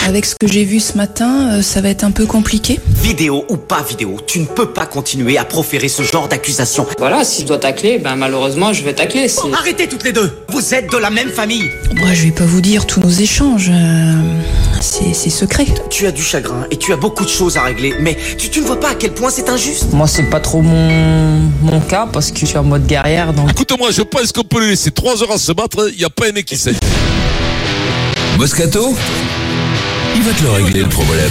Avec ce que j'ai vu ce matin, ça va être un peu compliqué. Vidéo ou pas vidéo, tu ne peux pas continuer à proférer ce genre d'accusations. Voilà, si je dois tacler, malheureusement je vais tacler. Arrêtez toutes les deux. Vous êtes de la même famille. Moi, je vais pas vous dire tous nos échanges. C'est secret. Tu as du chagrin et tu as beaucoup de choses à régler, mais tu ne vois pas à quel point c'est injuste. Moi c'est pas trop mon cas parce que je suis en mode guerrière. Donc... Écoute-moi, je pense qu'on peut le laisser 3 heures à se battre, il n'y a pas un nez qui sait. Moscato, il va te le régler le problème.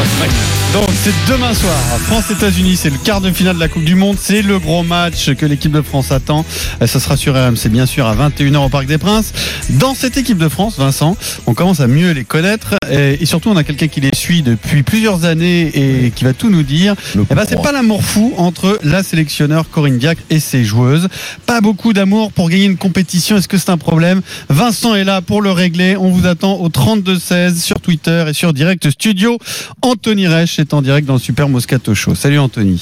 Donc c'est demain soir, France-États-Unis, c'est le quart de finale de la Coupe du Monde, c'est le gros match que l'équipe de France attend. Ça sera sur RMC bien sûr à 21h au Parc des Princes. Dans cette équipe de France, Vincent, on commence à mieux les connaître et surtout on a quelqu'un qui les suit depuis plusieurs années et qui va tout nous dire. C'est pas l'amour fou entre la sélectionneur Corinne Diacre et ses joueuses. Pas beaucoup d'amour pour gagner une compétition, est-ce que c'est un problème? Vincent est là pour le régler, on vous attend au 32-16 sur Twitter et sur Direct Studio. Anthony Reich est en direct dans le Super Moscato Show. Salut Anthony.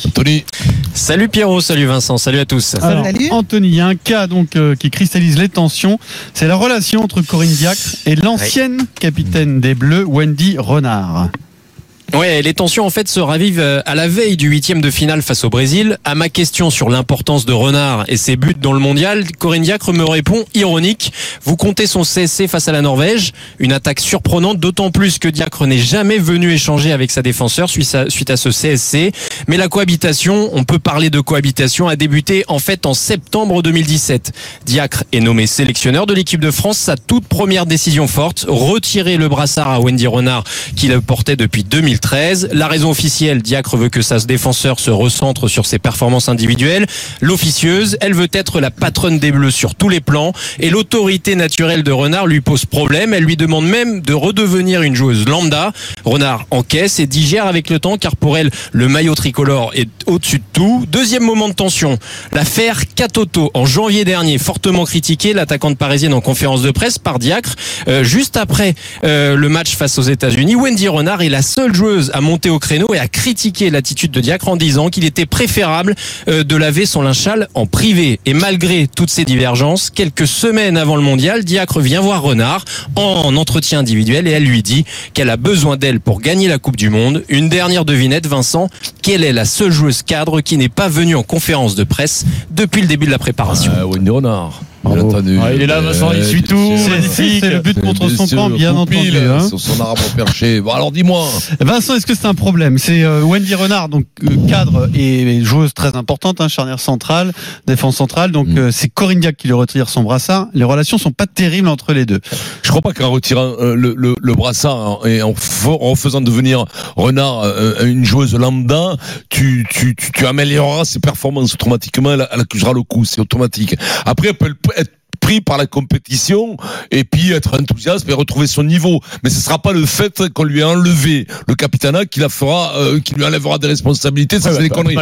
Salut Pierrot, salut Vincent, salut à tous. Alors, Anthony, il y a un cas qui cristallise les tensions. C'est la relation entre Corinne Diacre et l'ancienne capitaine des Bleus, Wendy Renard. Ouais, les tensions en fait se ravivent à la veille du 8e de finale face au Brésil. À ma question sur l'importance de Renard et ses buts dans le mondial, Corinne Diacre me répond ironique. Vous comptez son CSC face à la Norvège, une attaque surprenante, d'autant plus que Diacre n'est jamais venu échanger avec sa défenseur suite à ce CSC. Mais la cohabitation, on peut parler de cohabitation, a débuté en fait en septembre 2017. Diacre est nommé sélectionneur de l'équipe de France. Sa toute première décision forte, retirer le brassard à Wendy Renard qu'il portait depuis 2013. La raison officielle, Diacre veut que sa défenseur se recentre sur ses performances individuelles. L'officieuse, elle veut être la patronne des Bleus sur tous les plans. Et l'autorité naturelle de Renard lui pose problème. Elle lui demande même de redevenir une joueuse lambda. Renard encaisse et digère avec le temps, car pour elle, le maillot tricolore est au-dessus de tout. Deuxième moment de tension, l'affaire Katoto. En janvier dernier, fortement critiquée, l'attaquante parisienne en conférence de presse par Diacre. Juste après le match face aux États-Unis, Wendy Renard est la seule joueuse à monter au créneau et à critiquer l'attitude de Diacre en disant qu'il était préférable de laver son linge sale en privé. Et malgré toutes ces divergences, quelques semaines avant le mondial, Diacre vient voir Renard en entretien individuel et elle lui dit qu'elle a besoin d'elle pour gagner la Coupe du Monde. Une dernière devinette, Vincent, quelle est la seule joueuse cadre qui n'est pas venue en conférence de presse depuis le début de la préparation? Wendy Renard. Il est là, Vincent, il suit tout. C'est le but contre son camp, bien entendu. Sur son arbre perché. Bon, alors dis-moi. Vincent, est-ce que c'est un problème? C'est Wendy Renard, donc cadre et joueuse très importante, charnière centrale, défense centrale. Donc c'est Corinne Diacre qui lui retire son brassard. Les relations sont pas terribles entre les deux. Je crois pas qu'en retirant le brassard et en faisant devenir Renard une joueuse lambda, tu amélioreras ses performances automatiquement. Elle accusera le coup, c'est automatique. Après, elle peut être pris par la compétition et puis être enthousiaste et retrouver son niveau, mais ce sera pas le fait qu'on lui a enlevé le capitanat qui lui enlèvera des responsabilités. Ça, c'est des conneries.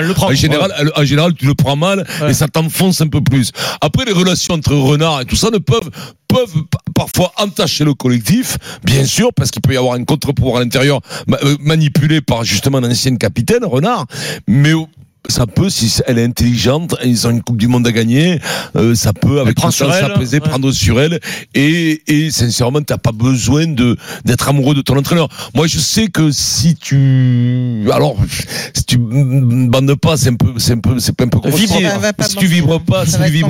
En général, tu le prends mal et ça t'enfonce un peu plus. Après, les relations entre Renard et tout ça peuvent parfois entacher le collectif, bien sûr, parce qu'il peut y avoir un contre-pouvoir à l'intérieur manipulé par justement l'ancienne capitaine Renard, mais ça peut, si elle est intelligente, ils ont une Coupe du Monde à gagner, ça peut, avec le temps, s'apaiser, prendre sur elle, et sincèrement, t'as pas besoin d'être amoureux de ton entraîneur. Moi, je sais que si tu bandes pas, c'est un peu grossier. Si tu vibres pas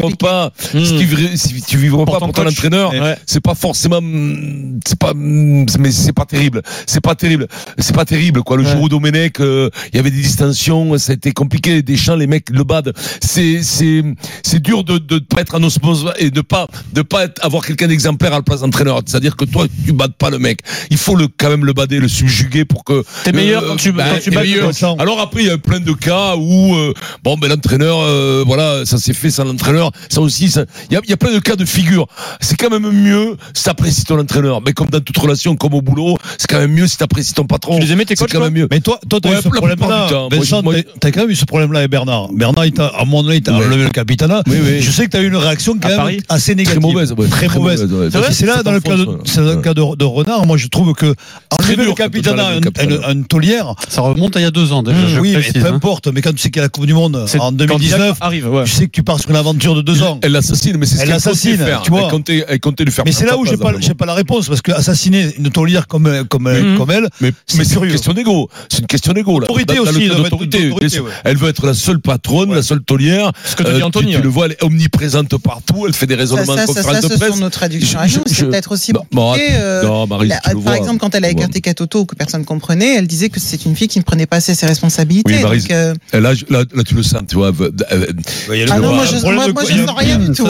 pour ton entraîneur, c'est pas forcément, mais c'est pas terrible, quoi. Le jour où Domenech, il y avait des distensions, ça a été compliqué. Deschamps, les mecs le badent. C'est dur de pas être en osmose et de pas avoir quelqu'un d'exemplaire à la place d'entraîneur. C'est-à-dire que toi, tu bades pas le mec. Il faut quand même le bader, le subjuguer pour que. T'es meilleur quand tu bades le champ. Alors après, il y a plein de cas où, l'entraîneur, ça s'est fait sans l'entraîneur. Ça aussi, il y a plein de cas de figure. C'est quand même mieux si t'apprécies ton entraîneur. Mais comme dans toute relation, comme au boulot, c'est quand même mieux si t'apprécies ton patron. Tu les aimais tes coachs, c'est quand même mieux. Mais toi, t'as eu ce problème-là. T'as quand même eu ce problème-là avec Bernard. Bernard, à un moment donné, il t'a enlevé le capitanat. Oui. Je sais que tu as eu une réaction quand même assez négative. Très mauvaise. Très mauvaise. C'est là, dans le cas de Renard, moi je trouve que enlever le capitanat à une taulière. Ça remonte à il y a 2 ans déjà. Oui, mais peu importe. Mais quand tu sais qu'il y a la Coupe du Monde en 2019, tu sais que tu pars sur une aventure de 2 ans. Elle l'assassine, mais c'est ce qu'elle comptait faire. Tu vois. Elle comptait lui faire. Mais c'est là où j'ai pas la réponse, parce que assassiner une taulière comme elle, mais c'est une question d'ego. C'est une question d'ego là. Autorité aussi. Elle veut être la seule patronne, la seule taulière. Ce que te dit Anthony. Tu le vois, elle est omniprésente partout. Elle fait des raisonnements en conférence de presse. Ce sont nos traductions à nous. C'est peut-être aussi compliqué. Non, Maryse, par exemple, quand elle a écarté Katoto, que personne comprenait, elle disait que c'est une fille qui ne prenait pas assez ses responsabilités. Oui, Maryse, là, tu le sens, tu vois. Ah non, moi je sens rien du tout.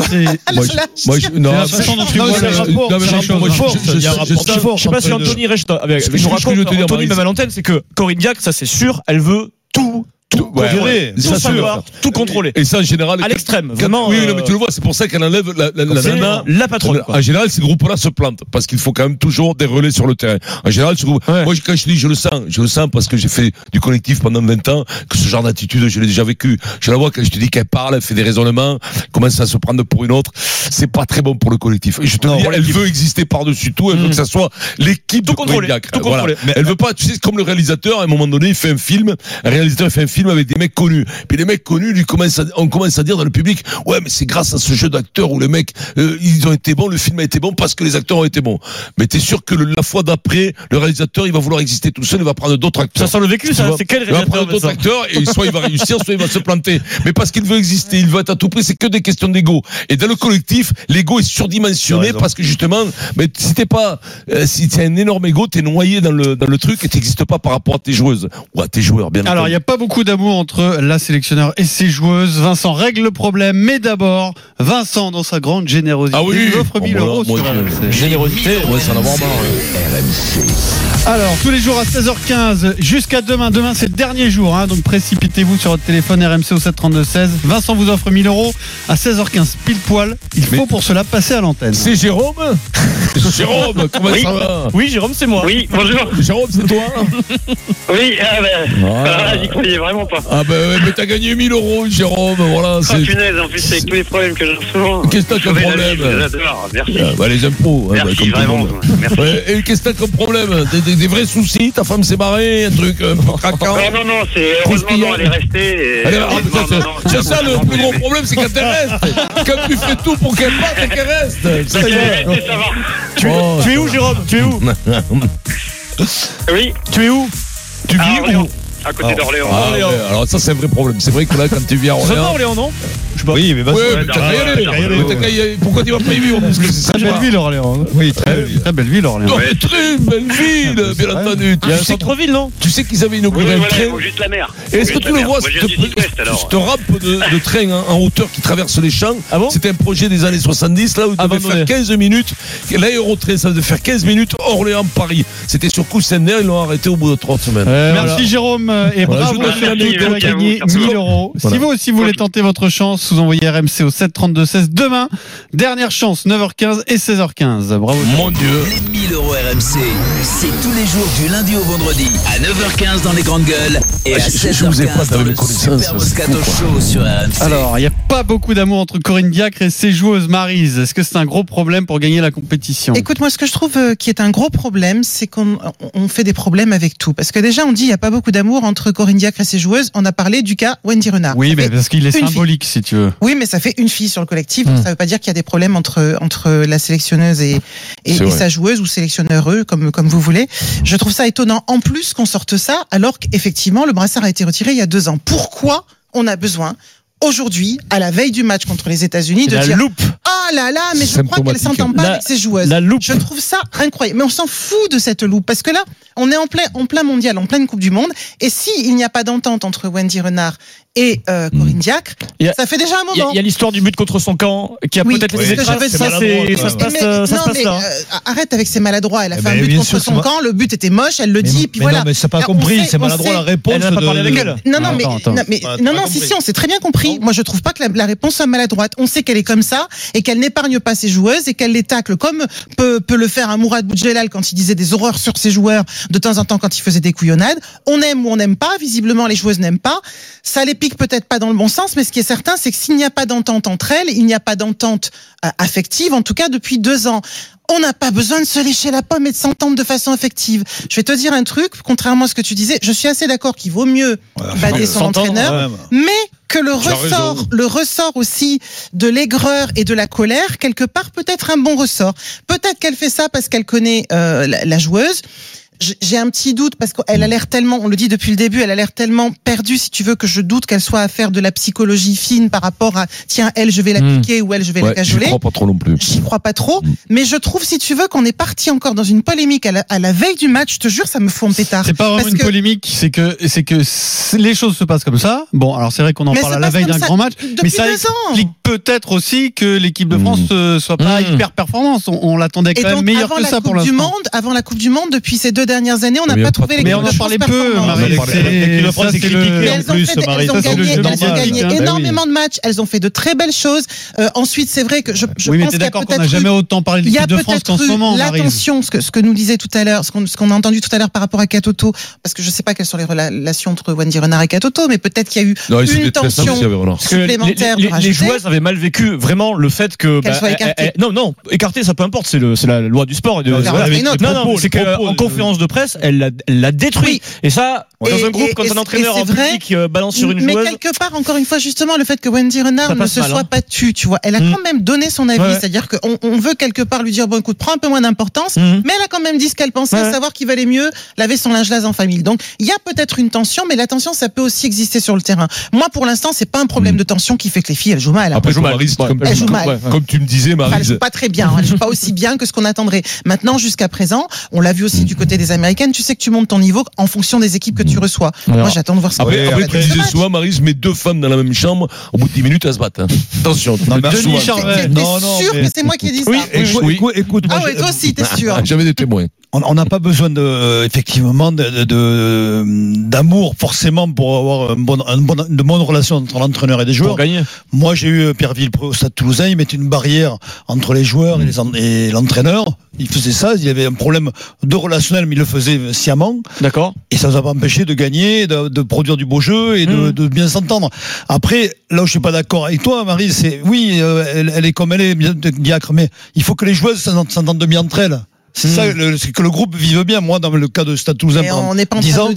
Je sais pas si Anthony reste avec nous raconte. Anthony, même à l'antenne, c'est que Corinne Diacre, ça c'est sûr, elle veut tout savoir, tout contrôler. Et ça, en général, à l'extrême, vraiment. Oui, mais tu le vois, c'est pour ça qu'elle enlève la patronne. En général, ces groupes-là se plantent parce qu'il faut quand même toujours des relais sur le terrain. En général, moi, quand je dis je le sens parce que j'ai fait du collectif pendant 20 ans, que ce genre d'attitude, je l'ai déjà vécu. Je la vois quand je te dis qu'elle parle, elle fait des raisonnements, commence à se prendre pour une autre. C'est pas très bon pour le collectif. Et je te dis, elle veut exister par-dessus tout, elle veut que ça soit l'équipe tout contrôlée. Elle veut pas, tu sais, comme le réalisateur, à un moment donné, il fait un film, avec des mecs connus. Puis les mecs connus, on commence à dire dans le public, ouais, mais c'est grâce à ce jeu d'acteurs où les mecs, ils ont été bons, le film a été bon parce que les acteurs ont été bons. Mais t'es sûr que la fois d'après, le réalisateur, il va vouloir exister tout seul, il va prendre d'autres acteurs. Ça sent le vécu, ça. C'est quel réalisateur? Il va prendre d'autres acteurs et soit il va réussir, soit il va se planter. Mais parce qu'il veut exister, il veut être à tout prix, c'est que des questions d'ego. Et dans le collectif, l'ego est surdimensionné parce que justement, mais si t'as un énorme ego, t'es noyé dans le truc et t'existes pas par rapport à tes joueuses ou à tes joueurs, bien entendu. Alors, il n'y a pas beaucoup d'amour entre la sélectionneur et ses joueuses. Vincent règle le problème, mais d'abord, Vincent, dans sa grande générosité, lui offre 1000 euros sur RMC. Générosité, ouais, ça en avoir marre. Alors, tous les jours à 16h15, jusqu'à demain. Demain, c'est le dernier jour, donc précipitez-vous sur votre téléphone RMC au 732-16. Vincent vous offre 1000 euros à 16h15, pile poil. Il faut pour cela passer à l'antenne. C'est Jérôme? Jérôme, comment ça va? Oui, Jérôme, c'est moi. Oui, bonjour. Jérôme, c'est toi? Oui, j'y croyais vraiment pas. Ah mais t'as gagné 1000 euros, Jérôme, voilà. Ah punaise, en plus avec tous les problèmes que j'ai souvent. Qu'est-ce que t'as comme problème? J'adore, merci. Les impôts. Merci, vraiment. Merci. Et qu'est-ce que t'as comme problème? Des vrais soucis? Ta femme s'est barrée? Un truc craquant? Non, c'est heureusement non, elle est restée. C'est ça le plus gros problème, c'est quand elle reste. Quand tu fais tout pour qu'elle parte et qu'elle reste. Ça va. Tu es où, Jérôme? Tu es où? Oui. Tu es où? Tu vis où? À côté d'Orléans. Alors ça c'est un vrai problème. C'est vrai que là quand tu viens à Orléans. C'est pas Orléans, non? Oui, mais t'as qu'à y aller. Pourquoi tu vas pas y vivre? Parce que c'est très belle ville, Orléans. Oui, très belle ville, Orléans. Très belle ville, bien entendu. Il y a un centre-ville, non? Tu sais qu'ils avaient inauguré un train. Juste la mer. Est-ce que tu le vois, cette rampe de train en hauteur qui traverse les champs? C'était un projet des années 70, là où il devait faire 15 minutes. L'aérotrain, ça devait faire 15 minutes Orléans-Paris. C'était sur Coussener, ils l'ont arrêté au bout de 3 semaines. Merci Jérôme et bravo surtout de gagner 1000 euros. Si vous aussi voulez tenter votre chance, vous envoyez RMC au 732-16. Demain, dernière chance, 9h15 et 16h15. Bravo. Mon Dieu. Les 1000 euros RMC, c'est tous les jours du lundi au vendredi à 9h15 dans les grandes gueules et à 16h15 dans le Super Moscato Show sur RMC. Alors, il n'y a pas beaucoup d'amour entre Corinne Diacre et ses joueuses. Maryse, est-ce que c'est un gros problème pour gagner la compétition? Écoute, moi, ce que je trouve qui est un gros problème, c'est qu'on fait des problèmes avec tout. Parce que déjà, on dit il n'y a pas beaucoup d'amour entre Corinne Diacre et ses joueuses. On a parlé du cas Wendy Renard. Oui, mais parce qu'il est symbolique, si tu veux. Oui, mais ça fait une fille sur le collectif. Donc ça ne veut pas dire qu'il y a des problèmes entre la sélectionneuse et sa joueuse ou sélectionneur, comme vous voulez. Je trouve ça étonnant en plus qu'on sorte ça alors qu'effectivement le brassard a été retiré il y a 2 ans. Pourquoi on a besoin aujourd'hui, à la veille du match contre les États-Unis, de dire ah là là, mais je crois qu'elle s'entend pas avec ses joueuses. Je trouve ça incroyable. Mais on s'en fout de cette loupe parce que là, on est en plein mondial, en pleine Coupe du Monde. Et si il n'y a pas d'entente entre Wendy Renard et Corinne Diacre, ça fait déjà un moment. Il y a l'histoire du but contre son camp qui a peut-être laissé des traces. Ça se passe là. Arrête avec ces maladroits. Elle a fait un but contre son camp. Le but était moche. Elle le dit. Puis voilà. Non, mais c'est pas compris. C'est maladroit la réponse. Elle n'a pas parlé avec elle. Non, si, on s'est très bien compris. Moi, je trouve pas que la réponse soit maladroite. On sait qu'elle est comme ça et qu'elle n'épargne pas ses joueuses et qu'elle les tacle comme peut le faire un Mourad Boudjelal quand il disait des horreurs sur ses joueurs de temps en temps quand il faisait des couillonnades. On aime ou on n'aime pas. Visiblement, les joueuses n'aiment pas. Ça les pique peut-être pas dans le bon sens, mais ce qui est certain, c'est que s'il n'y a pas d'entente entre elles, il n'y a pas d'entente affective, en tout cas depuis 2 ans. On n'a pas besoin de se lécher la pomme et de s'entendre de façon affective. Je vais te dire un truc, contrairement à ce que tu disais, je suis assez d'accord qu'il vaut mieux bader son entraîneur, mais que le ressort aussi de l'aigreur et de la colère, quelque part, peut être un bon ressort. Peut-être qu'elle fait ça parce qu'elle connaît la joueuse. J'ai un petit doute parce qu'elle a l'air tellement, on le dit depuis le début, elle a l'air tellement perdue, si tu veux, que je doute qu'elle soit à faire de la psychologie fine par rapport à, tiens, elle, je vais la piquer ou elle, je vais la cajoler. J'y crois pas trop non plus. J'y crois pas trop, mais je trouve, si tu veux, qu'on est parti encore dans une polémique à la veille du match. Je te jure, ça me fout en pétard. C'est pas vraiment une polémique, c'est que les choses se passent comme ça. Bon, alors c'est vrai qu'on en parle à la veille d'un grand match, mais ça explique peut-être aussi que l'équipe de France soit pas hyper performante. On l'attendait quand même meilleur que ça pour l'instant. Avant la Coupe du Monde, depuis ces 2 dernières années, on n'a pas trouvé l'équipe de France. Mais on en parlait peu, Marie. Elles ont gagné énormément de matchs. Elles ont fait de très belles choses. Ensuite, c'est vrai que je pense qu'il y a d'accord qu'on n'a jamais autant parlé de l'équipe de France qu'en ce moment, Marie. L'attention, ce que nous disait tout à l'heure, ce qu'on a entendu tout à l'heure par rapport à Katoto, parce que je ne sais pas quelles sont les relations entre Wendy Renard et Katoto, mais peut-être qu'il y a eu une tension supplémentaire. Les joueuses avaient mal vécu vraiment le fait que qu'elles soient écartées. Non, écartées, ça peu importe, c'est la loi du sport. Non, c'est qu'en conférence de presse, elle l'a détruit. Et ça, dans un groupe, quand un entraîneur en public balance sur une joueuse. Mais quelque part, encore une fois, justement, le fait que Wendy Renard ne se soit pas tue, tu vois, elle a quand même donné son avis. C'est-à-dire qu'on veut quelque part lui dire, bon, écoute, prends un peu moins d'importance, mais elle a quand même dit ce qu'elle pensait, à savoir qu'il valait mieux laver son linge-lasse en famille. Donc, il y a peut-être une tension, mais la tension, ça peut aussi exister sur le terrain. Moi, pour l'instant, c'est pas un problème de tension qui fait que les filles, elles jouent mal. Après, elles jouent mal. Comme tu me disais, Maryse. Elles jouent pas très bien. Elles jouent pas aussi bien que ce qu'on attendrait. Maintenant, jusqu'à présent, on l'a vu aussi du côté des Américaines, tu sais que tu montes ton niveau en fonction des équipes que tu reçois. Moi, j'attends de voir ça. Après, tu disais souvent, Maryse, mets 2 femmes dans la même chambre, au bout de 10 minutes, elles se battent. Attention. Denis Charvet. T'es sûr que c'est moi qui ai dit ça? Oui, écoute. Ah ouais, toi aussi, t'es sûr. J'avais des témoins. On n'a pas besoin effectivement d'amour forcément pour avoir une bonne relation entre l'entraîneur et des joueurs. Pour gagner. Moi, j'ai eu Pierre Villepreux au Stade Toulousain, il mettait une barrière entre les joueurs et l'entraîneur. Il faisait ça, il y avait un problème de relationnel, mais il le faisait sciemment. D'accord. Et ça ne nous a pas empêché de gagner, de produire du beau jeu et de bien s'entendre. Après, là où je suis pas d'accord avec toi, Marie, c'est oui, elle est comme elle est, bien diacre, mais il faut que les joueuses s'entendent bien entre elles. C'est ça, c'est que le groupe vive bien. Moi, dans le cas de Stade Toulousain, on n'est pas en train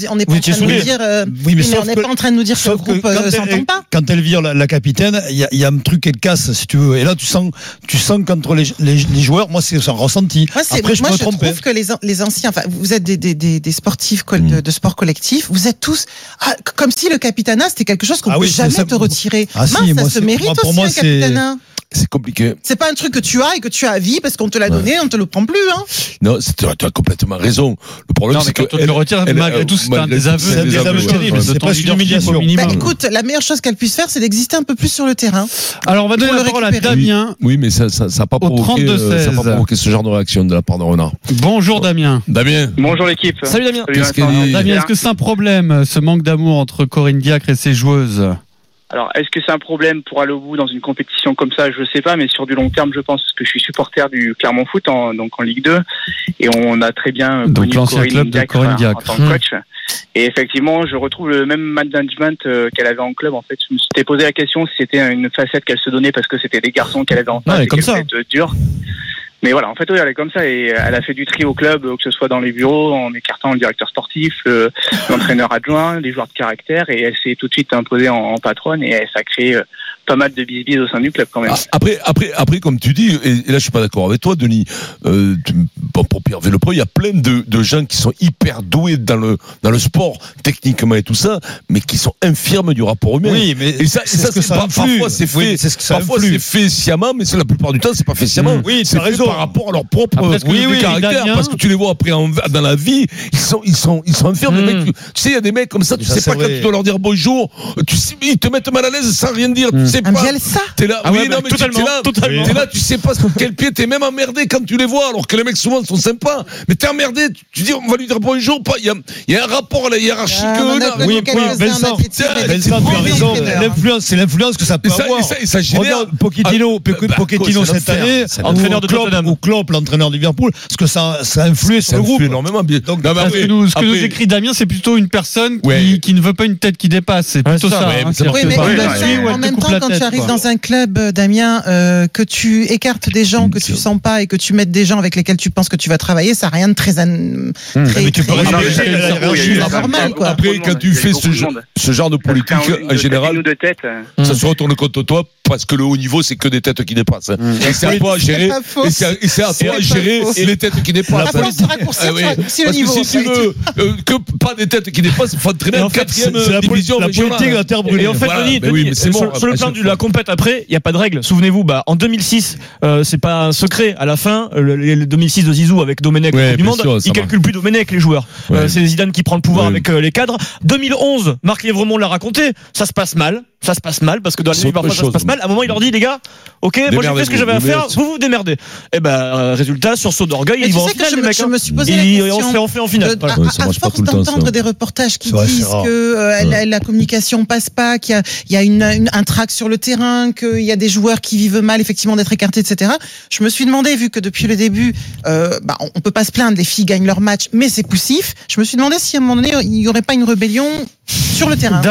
de nous dire que le groupe s'entend pas. Quand elle vire la capitaine, il y a un truc qu'elle casse, si tu veux. Et là, tu sens qu'entre les joueurs, moi, c'est un ressenti. Après, je trouve que les anciens, enfin, vous êtes des sportifs de sport collectif, vous êtes tous comme si le capitanat c'était quelque chose qu'on peut jamais te retirer. Ça se mérite aussi un capitanat. C'est compliqué. C'est pas un truc que tu as et que tu as à vie parce qu'on te l'a donné, on te le prend plus, hein. Non, tu as complètement raison. Le problème, c'est que quand on te le retire, malgré tout, c'est un désaveu. C'est un désaveu terrible. C'est pas une humiliation. Écoute, la meilleure chose qu'elle puisse faire, c'est d'exister un peu plus sur le terrain. Alors, on va donner la parole à Damien. Oui, mais ça n'a pas provoqué ce genre de réaction de la part de Renard. Bonjour, Damien. Bonjour, l'équipe. Salut, Damien. Damien, est-ce que c'est un problème, ce manque d'amour entre Corinne Diacre et ses joueuses? Alors, est-ce que c'est un problème pour aller au bout dans une compétition comme ça? Je sais pas, mais sur du long terme, je pense que je suis supporter du Clermont Foot, donc en Ligue 2, et on a très bien connu l'ancien club de Corinne Diacre en tant que coach. Et effectivement, je retrouve le même management qu'elle avait en club. En fait, je me suis posé la question si c'était une facette qu'elle se donnait parce que c'était des garçons qu'elle avait en face et qu'elle était dure. Mais voilà, en fait, oui, elle est comme ça et elle a fait du tri au club, que ce soit dans les bureaux, en écartant le directeur sportif, l'entraîneur adjoint, les joueurs de caractère, et elle s'est tout de suite imposée en patronne et ça a créé pas mal de bisbis au sein du club quand même. Après, comme tu dis, et là je suis pas d'accord avec toi, Denis, pour Pierre Villepreux, il y a plein de gens qui sont hyper doués dans le sport, techniquement et tout ça, mais qui sont infirmes du rapport humain. Oui, mais et ça parfois c'est fait sciemment, mais la plupart du temps c'est pas fait sciemment. Oui, c'est fait par rapport à leur propre caractère, parce que tu les vois après dans la vie, ils sont infirmes. Les mecs, tu sais, il y a des mecs comme ça, tu sais pas quand tu dois leur dire bonjour, ils te mettent mal à l'aise sans rien dire. sais pas. Bielsa. T'es là, Ah oui, ouais, non, bah, mais totalement. t'es là, tu sais pas sur quel pied, t'es même emmerdé quand tu les vois, alors que les mecs souvent sont sympas. Mais t'es emmerdé, tu dis, on va lui dire bonjour, il y a un rapport à la hiérarchie que oui, Vincent, tu as raison. C'est l'influence que ça peut avoir. Et ça génère. Pochettino cette année, entraîneur de Tottenham. Ou Klopp, l'entraîneur de Liverpool, parce que ça a influé sur le groupe. Énormément bien. Donc, ce que nous écrit Damien, c'est plutôt une personne qui ne veut pas une tête qui dépasse. C'est plutôt ça. Oui, mais en même temps, quand tu arrives dans un club, Damien, que tu écartes des gens que tu sens pas et que tu mettes des gens avec lesquels tu penses que tu vas travailler, ça n'a rien de très normal, quoi. Après, quand tu fais ce genre de politique, en général, ça se retourne contre toi parce que le haut niveau, c'est que des têtes qui dépassent. Et c'est à toi à gérer. Et c'est à toi à gérer les têtes qui dépassent. Parce que si tu veux que pas des têtes qui dépassent, il faut entraîner en 4e division. La politique de la terre brûlée. Et en fait, Denis, sur le plan de la compète après, il n'y a pas de règle. Souvenez-vous, en 2006, c'est pas un secret. À la fin, le 2006 de Zizou avec Domenech du monde, il calcule plus Domenech les joueurs. C'est Zidane qui prend le pouvoir avec les cadres. 2011, Marc Lévremont l'a raconté. Ça se passe mal parce que dans les parfois ça se passe mal. À un moment, il leur dit, les gars, ok, moi j'ai fait ce que j'avais à faire, vous démerdez. Et résultat, sur saut d'orgueil, ils vont en finale, les mecs. Je me suis posé la question. On fait en finale. À force d'entendre des reportages qui disent que la communication passe pas, qu'il y a un trac sur le terrain, qu'il y a des joueurs qui vivent mal, effectivement, d'être écartés, etc. Je me suis demandé, vu que depuis le début, on peut pas se plaindre, les filles gagnent leur match, mais c'est poussif. Je me suis demandé si à un moment donné, il y aurait pas une rébellion sur le terrain.